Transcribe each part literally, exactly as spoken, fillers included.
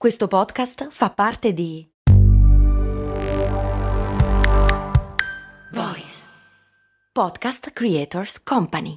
Questo podcast fa parte di Voice Podcast Creators Company.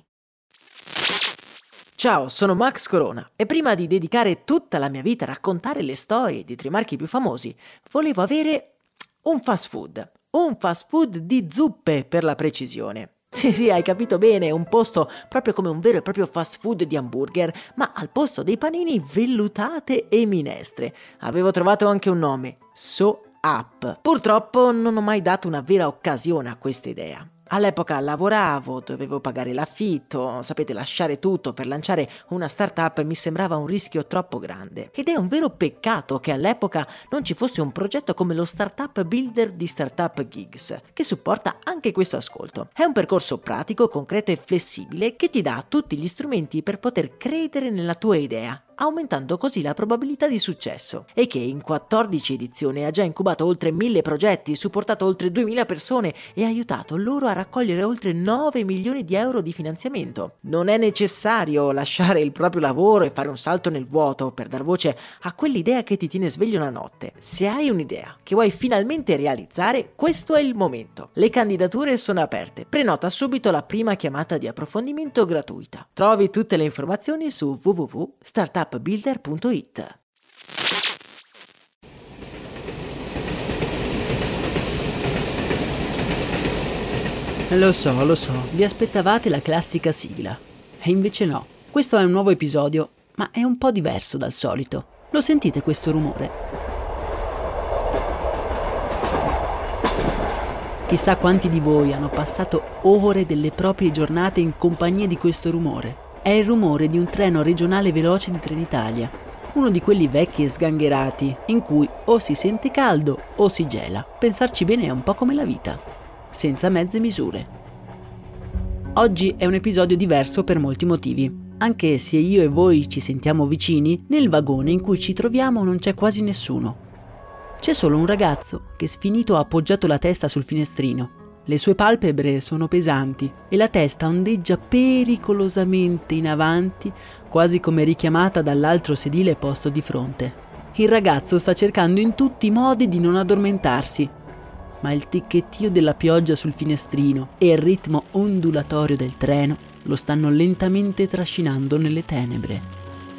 Ciao, sono Max Corona e prima di dedicare tutta la mia vita a raccontare le storie di tre marchi più famosi, volevo avere un fast food, un fast food di zuppe per la precisione. Sì, sì, hai capito bene, un posto proprio come un vero e proprio fast food di hamburger, ma al posto dei panini vellutate e minestre. Avevo trovato anche un nome, So Up. Purtroppo non ho mai dato una vera occasione a questa idea. All'epoca lavoravo, dovevo pagare l'affitto, sapete, lasciare tutto per lanciare una startup mi sembrava un rischio troppo grande. Ed è un vero peccato che all'epoca non ci fosse un progetto come lo Startup Builder di Startup Gigs, che supporta anche questo ascolto. È un percorso pratico, concreto e flessibile che ti dà tutti gli strumenti per poter credere nella tua idea, aumentando così la probabilità di successo, e che in quattordici edizioni ha già incubato oltre mille progetti, supportato oltre duemila persone e aiutato loro a raccogliere oltre nove milioni di euro di finanziamento. Non è necessario lasciare il proprio lavoro e fare un salto nel vuoto per dar voce a quell'idea che ti tiene sveglio la notte. Se hai un'idea che vuoi finalmente realizzare, questo è il momento. Le candidature sono aperte. Prenota subito la prima chiamata di approfondimento gratuita. Trovi tutte le informazioni su w w w punto startup builder punto it. Lo so, lo so, vi aspettavate la classica sigla. E invece no. Questo è un nuovo episodio, ma è un po' diverso dal solito. Lo sentite questo rumore? Chissà quanti di voi hanno passato ore delle proprie giornate in compagnia di questo rumore. È il rumore di un treno regionale veloce di Trenitalia, uno di quelli vecchi e sgangherati, in cui o si sente caldo o si gela. Pensarci bene è un po' come la vita, senza mezze misure. Oggi è un episodio diverso per molti motivi. Anche se io e voi ci sentiamo vicini, nel vagone in cui ci troviamo non c'è quasi nessuno. C'è solo un ragazzo che sfinito ha appoggiato la testa sul finestrino. Le sue palpebre sono pesanti e la testa ondeggia pericolosamente in avanti, quasi come richiamata dall'altro sedile posto di fronte. Il ragazzo sta cercando in tutti i modi di non addormentarsi, ma il ticchettio della pioggia sul finestrino e il ritmo ondulatorio del treno lo stanno lentamente trascinando nelle tenebre.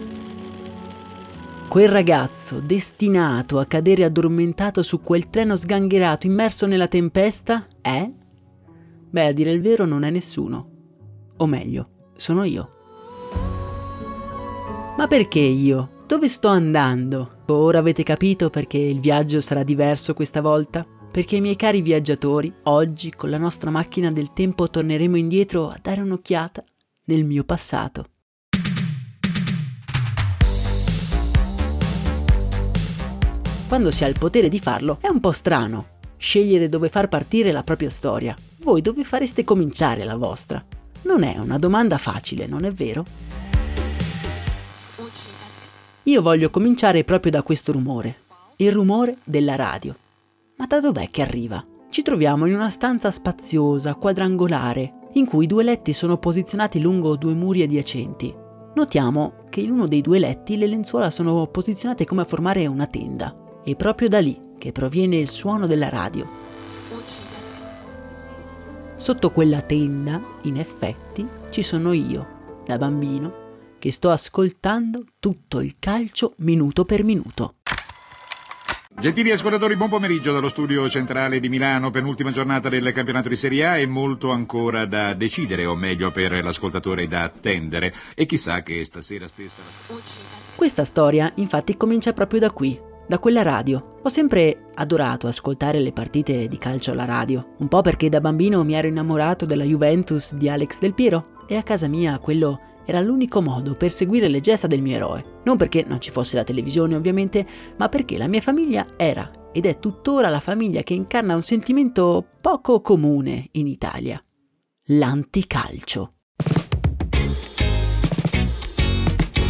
Quel ragazzo, destinato a cadere addormentato su quel treno sgangherato immerso nella tempesta, è? Beh, a dire il vero non è nessuno. O meglio, sono io. Ma perché io? Dove sto andando? Ora avete capito perché il viaggio sarà diverso questa volta? Perché, miei cari viaggiatori, oggi con la nostra macchina del tempo torneremo indietro a dare un'occhiata nel mio passato. Quando si ha il potere di farlo è un po' strano scegliere dove far partire la propria storia. Voi dove fareste cominciare la vostra? Non è una domanda facile, non è vero? Io voglio cominciare proprio da questo rumore, il rumore della radio. Ma da dov'è che arriva? Ci troviamo in una stanza spaziosa, quadrangolare, in cui due letti sono posizionati lungo due muri adiacenti. Notiamo che in uno dei due letti le lenzuola sono posizionate come a formare una tenda. È proprio da lì che proviene il suono della radio. Sotto quella tenda, in effetti, ci sono io, da bambino, che sto ascoltando tutto il calcio minuto per minuto. Gentili ascoltatori, buon pomeriggio dallo studio centrale di Milano, penultima giornata del campionato di Serie A e molto ancora da decidere, o meglio per l'ascoltatore da attendere. E chissà che stasera stessa... Questa storia infatti comincia proprio da qui, da quella radio. Ho sempre adorato ascoltare le partite di calcio alla radio, un po' perché da bambino mi ero innamorato della Juventus di Alex Del Piero e a casa mia quello era l'unico modo per seguire le gesta del mio eroe. Non perché non ci fosse la televisione ovviamente, ma perché la mia famiglia era ed è tuttora la famiglia che incarna un sentimento poco comune in Italia: l'anticalcio.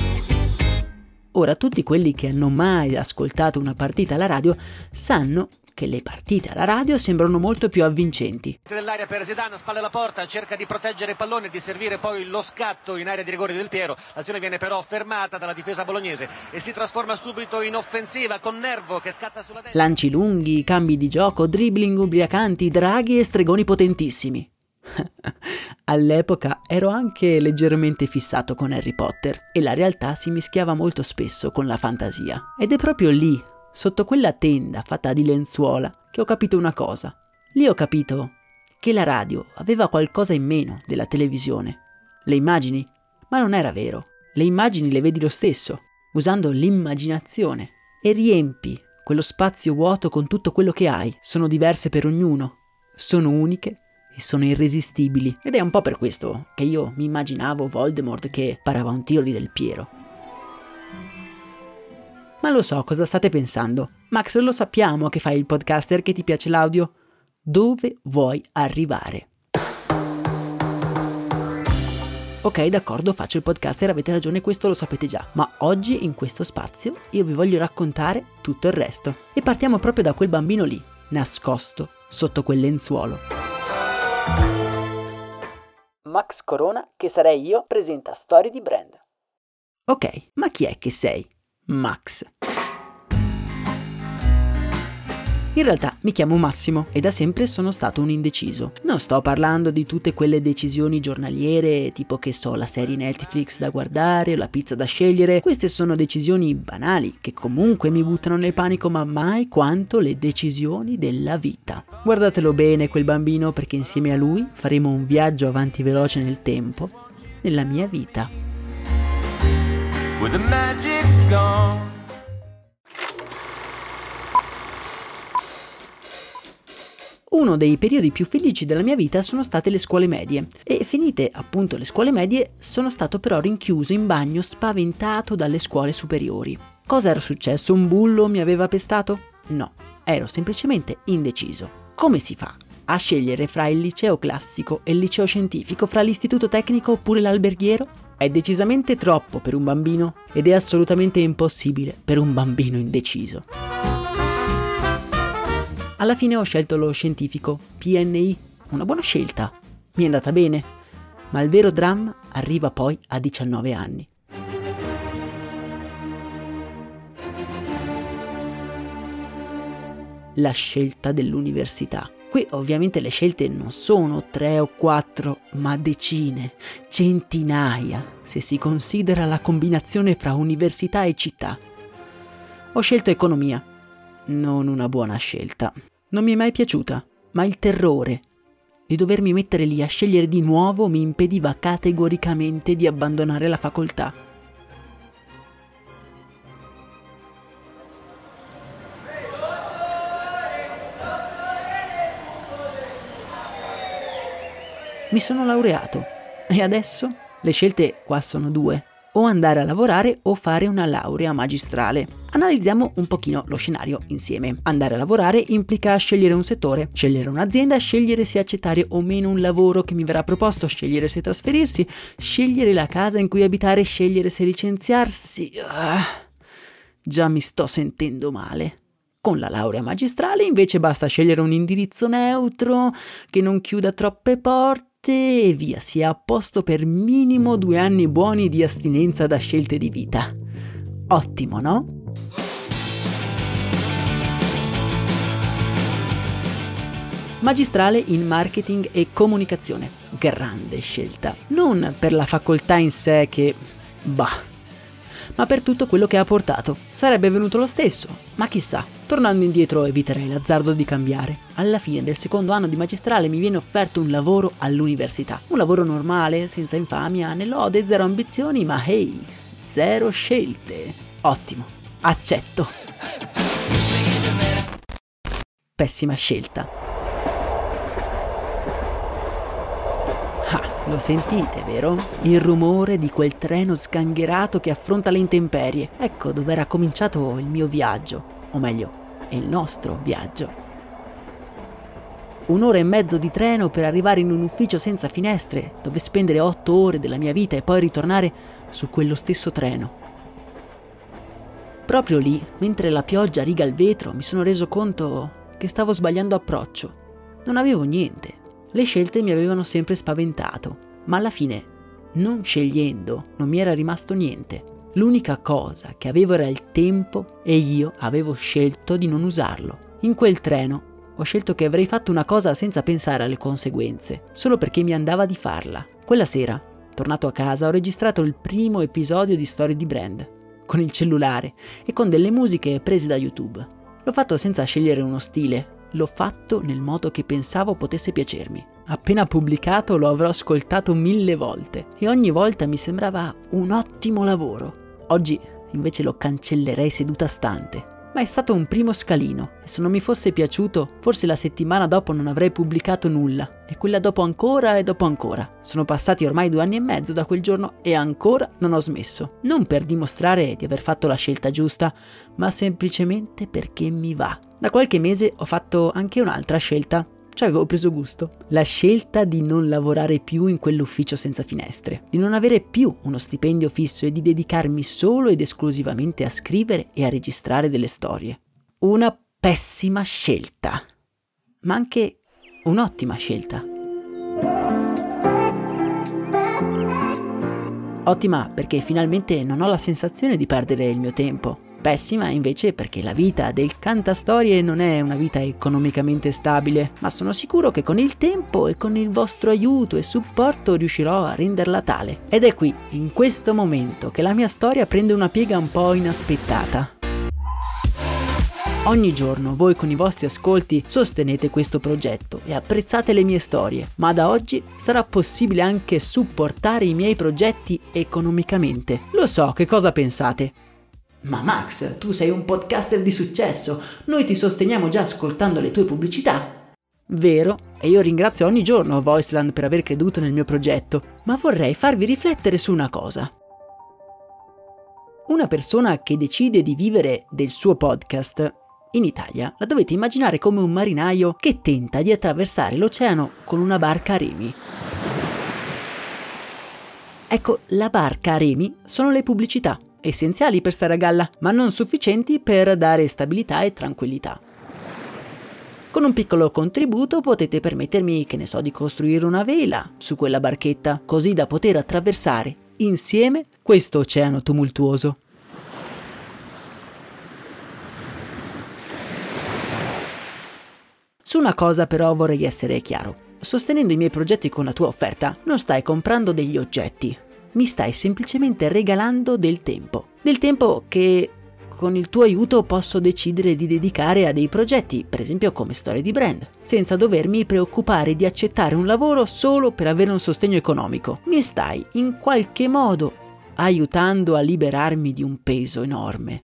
Ora, tutti quelli che hanno mai ascoltato una partita alla radio sanno che le partite alla radio sembrano molto più avvincenti. Dell'area per Zidane, spalle alla porta, cerca di proteggere il pallone e di servire poi lo scatto in area di rigore del Piero. L'azione viene però fermata dalla difesa bolognese e si trasforma subito in offensiva con Nervo che scatta sulla destra. Lanci lunghi, cambi di gioco, dribbling ubriacanti, draghi e stregoni potentissimi. All'epoca ero anche leggermente fissato con Harry Potter e la realtà si mischiava molto spesso con la fantasia. Ed è proprio lì, sotto quella tenda fatta di lenzuola, che ho capito una cosa. Lì ho capito che la radio aveva qualcosa in meno della televisione. Le immagini? Ma non era vero. Le immagini le vedi lo stesso, usando l'immaginazione. E riempi quello spazio vuoto con tutto quello che hai. Sono diverse per ognuno. Sono uniche e sono irresistibili. Ed è un po' per questo che io mi immaginavo Voldemort che parava un tiro di Del Piero. Ma lo so cosa state pensando. Max, lo sappiamo che fai il podcaster, che ti piace l'audio. Dove vuoi arrivare? Ok, d'accordo, faccio il podcaster, avete ragione, questo lo sapete già. Ma oggi, in questo spazio, io vi voglio raccontare tutto il resto. E partiamo proprio da quel bambino lì, nascosto sotto quel lenzuolo. Max Corona, che sarei io, presenta Storie di Brand. Ok, ma chi è che sei, Max? In realtà mi chiamo Massimo e da sempre sono stato un indeciso. Non sto parlando di tutte quelle decisioni giornaliere, tipo che so, la serie Netflix da guardare o la pizza da scegliere. Queste sono decisioni banali che comunque mi buttano nel panico, ma mai quanto le decisioni della vita. Guardatelo bene quel bambino, perché insieme a lui faremo un viaggio avanti veloce nel tempo, nella mia vita. With the magic's gone. Uno dei periodi più felici della mia vita sono state le scuole medie e finite appunto le scuole medie sono stato però rinchiuso in bagno spaventato dalle scuole superiori. Cosa era successo? Un bullo mi aveva pestato? No, ero semplicemente indeciso. Come si fa a scegliere fra il liceo classico e il liceo scientifico, fra l'istituto tecnico oppure l'alberghiero? È decisamente troppo per un bambino ed è assolutamente impossibile per un bambino indeciso. Alla fine ho scelto lo scientifico, P N I, una buona scelta, mi è andata bene, ma il vero dramma arriva poi a diciannove anni. La scelta dell'università. Qui ovviamente le scelte non sono tre o quattro, ma decine, centinaia, se si considera la combinazione fra università e città. Ho scelto economia. Non una buona scelta. Non mi è mai piaciuta, ma il terrore di dovermi mettere lì a scegliere di nuovo mi impediva categoricamente di abbandonare la facoltà. Mi sono laureato e adesso le scelte qua sono due. O andare a lavorare o fare una laurea magistrale. Analizziamo un pochino lo scenario insieme. Andare a lavorare implica scegliere un settore, scegliere un'azienda, scegliere se accettare o meno un lavoro che mi verrà proposto, scegliere se trasferirsi, scegliere la casa in cui abitare, scegliere se licenziarsi. Ah, già mi sto sentendo male. Con la laurea magistrale invece basta scegliere un indirizzo neutro che non chiuda troppe porte e via, si è a posto per minimo due anni buoni di astinenza da scelte di vita. Ottimo, no? Magistrale in marketing e comunicazione. Grande scelta. Non per la facoltà in sé che... bah... ma per tutto quello che ha portato. Sarebbe venuto lo stesso, ma chissà. Tornando indietro eviterei l'azzardo di cambiare. Alla fine del secondo anno di magistrale mi viene offerto un lavoro all'università. Un lavoro normale, senza infamia, né lode, zero ambizioni, ma hey, zero scelte. Ottimo, accetto. Pessima scelta. Ah, lo sentite, vero? Il rumore di quel treno sgangherato che affronta le intemperie. Ecco dove era cominciato il mio viaggio. O meglio, il nostro viaggio. Un'ora e mezzo di treno per arrivare in un ufficio senza finestre, dove spendere otto ore della mia vita e poi ritornare su quello stesso treno. Proprio lì, mentre la pioggia riga il vetro, mi sono reso conto che che stavo sbagliando approccio. Non avevo niente. Le scelte mi avevano sempre spaventato, ma alla fine, non scegliendo, non mi era rimasto niente. L'unica cosa che avevo era il tempo e io avevo scelto di non usarlo. In quel treno ho scelto che avrei fatto una cosa senza pensare alle conseguenze, solo perché mi andava di farla. Quella sera, tornato a casa, ho registrato il primo episodio di Storie di Brand, con il cellulare e con delle musiche prese da YouTube. L'ho fatto senza scegliere uno stile, l'ho fatto nel modo che pensavo potesse piacermi. Appena pubblicato lo avrò ascoltato mille volte e ogni volta mi sembrava un ottimo lavoro. Oggi invece lo cancellerei seduta stante. Ma è stato un primo scalino e se non mi fosse piaciuto, forse la settimana dopo non avrei pubblicato nulla e quella dopo ancora e dopo ancora. Sono passati ormai due anni e mezzo da quel giorno e ancora non ho smesso. Non per dimostrare di aver fatto la scelta giusta, ma semplicemente perché mi va. Da qualche mese ho fatto anche un'altra scelta. Ci avevo preso gusto. La scelta di non lavorare più in quell'ufficio senza finestre, di non avere più uno stipendio fisso e di dedicarmi solo ed esclusivamente a scrivere e a registrare delle storie. Una pessima scelta, ma anche un'ottima scelta. Ottima perché finalmente non ho la sensazione di perdere il mio tempo. Pessima invece perché la vita del cantastorie non è una vita economicamente stabile, ma sono sicuro che con il tempo e con il vostro aiuto e supporto riuscirò a renderla tale. Ed è qui, in questo momento, che la mia storia prende una piega un po' inaspettata. Ogni giorno voi con i vostri ascolti sostenete questo progetto e apprezzate le mie storie, ma da oggi sarà possibile anche supportare i miei progetti economicamente. Lo so, che cosa pensate? Ma Max, tu sei un podcaster di successo, noi ti sosteniamo già ascoltando le tue pubblicità. Vero, e io ringrazio ogni giorno Voiceland per aver creduto nel mio progetto, ma vorrei farvi riflettere su una cosa. Una persona che decide di vivere del suo podcast, in Italia la dovete immaginare come un marinaio che tenta di attraversare l'oceano con una barca a remi. Ecco, la barca a remi sono le pubblicità. Essenziali per stare a galla, ma non sufficienti per dare stabilità e tranquillità. Con un piccolo contributo potete permettermi, che ne so, di costruire una vela su quella barchetta, così da poter attraversare insieme questo oceano tumultuoso. Su una cosa però vorrei essere chiaro. Sostenendo i miei progetti con la tua offerta, non stai comprando degli oggetti. Mi stai semplicemente regalando del tempo. Del tempo che con il tuo aiuto posso decidere di dedicare a dei progetti, per esempio come Storie di Brand, senza dovermi preoccupare di accettare un lavoro solo per avere un sostegno economico. Mi stai in qualche modo aiutando a liberarmi di un peso enorme.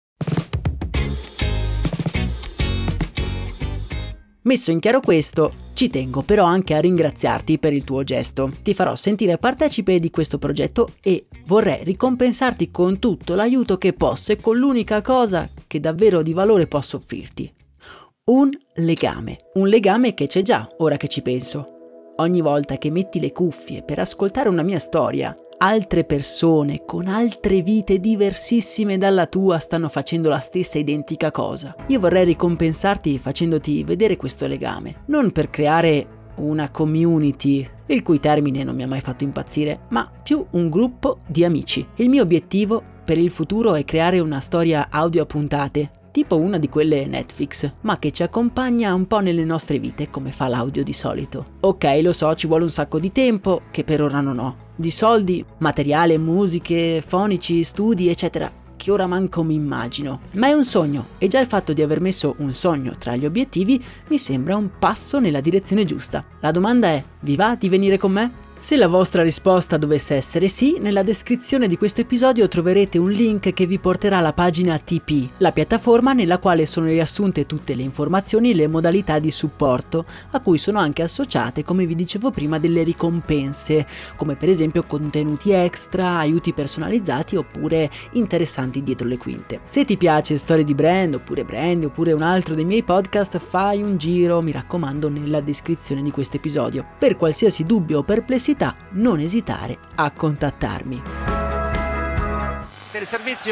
Messo in chiaro questo, ci tengo però anche a ringraziarti per il tuo gesto. Ti farò sentire partecipe di questo progetto e vorrei ricompensarti con tutto l'aiuto che posso e con l'unica cosa che davvero di valore posso offrirti. Un legame. Un legame che c'è già, ora che ci penso. Ogni volta che metti le cuffie per ascoltare una mia storia, altre persone con altre vite diversissime dalla tua stanno facendo la stessa identica cosa. Io vorrei ricompensarti facendoti vedere questo legame, non per creare una community, il cui termine non mi ha mai fatto impazzire, ma più un gruppo di amici. Il mio obiettivo per il futuro è creare una storia audio a puntate, tipo una di quelle Netflix, ma che ci accompagna un po' nelle nostre vite come fa l'audio di solito. Ok, lo so, ci vuole un sacco di tempo, che per ora non ho. Di soldi, materiale, musiche, fonici, studi, eccetera, che ora manco mi immagino. Ma è un sogno, e già il fatto di aver messo un sogno tra gli obiettivi mi sembra un passo nella direzione giusta. La domanda è, vi va di venire con me? Se la vostra risposta dovesse essere sì, nella descrizione di questo episodio troverete un link che vi porterà alla pagina T P, la piattaforma nella quale sono riassunte tutte le informazioni e le modalità di supporto, a cui sono anche associate, come vi dicevo prima, delle ricompense, come per esempio contenuti extra, aiuti personalizzati oppure interessanti dietro le quinte. Se ti piace Storie di Brand, oppure Brand, oppure un altro dei miei podcast, fai un giro, mi raccomando, nella descrizione di questo episodio. Per qualsiasi dubbio o perplessità, non esitare a contattarmi. Per il servizio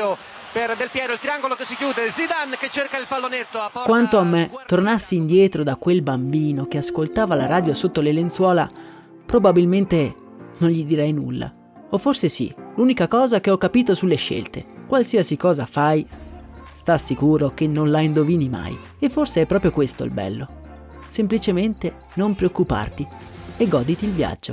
per Del Piero, il triangolo che si chiude, Zidane che cerca il pallonetto a porta. Quanto a me, tornassi indietro da quel bambino che ascoltava la radio sotto le lenzuola, probabilmente non gli direi nulla. O forse sì, l'unica cosa che ho capito sulle scelte: qualsiasi cosa fai, sta sicuro che non la indovini mai. E forse è proprio questo il bello. Semplicemente non preoccuparti e goditi il viaggio.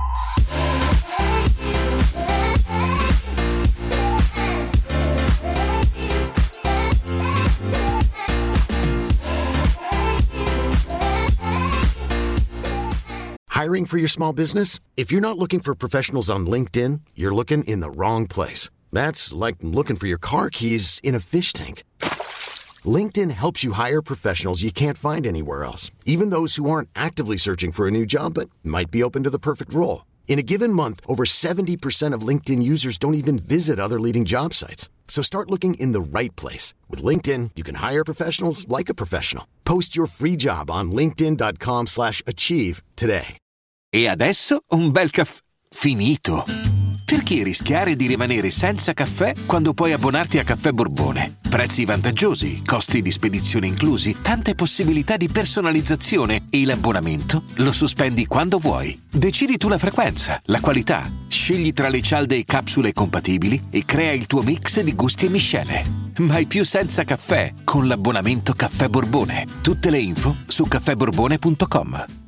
Hiring for your small business? If you're not looking for professionals on LinkedIn, you're looking in the wrong place. That's like looking for your car keys in a fish tank. LinkedIn helps you hire professionals you can't find anywhere else, even those who aren't actively searching for a new job but might be open to the perfect role. In a given month, over seventy percent of LinkedIn users don't even visit other leading job sites. So start looking in the right place. With LinkedIn, you can hire professionals like a professional. Post your free job on linkedin.com slash achieve today. E adesso un bel caffè finito. Perché rischiare di rimanere senza caffè quando puoi abbonarti a Caffè Borbone? Prezzi vantaggiosi, costi di spedizione inclusi, tante possibilità di personalizzazione e l'abbonamento lo sospendi quando vuoi. Decidi tu la frequenza, la qualità, scegli tra le cialde e capsule compatibili e crea il tuo mix di gusti e miscele. Mai più senza caffè con l'abbonamento Caffè Borbone. Tutte le info su caffè borbone punto com.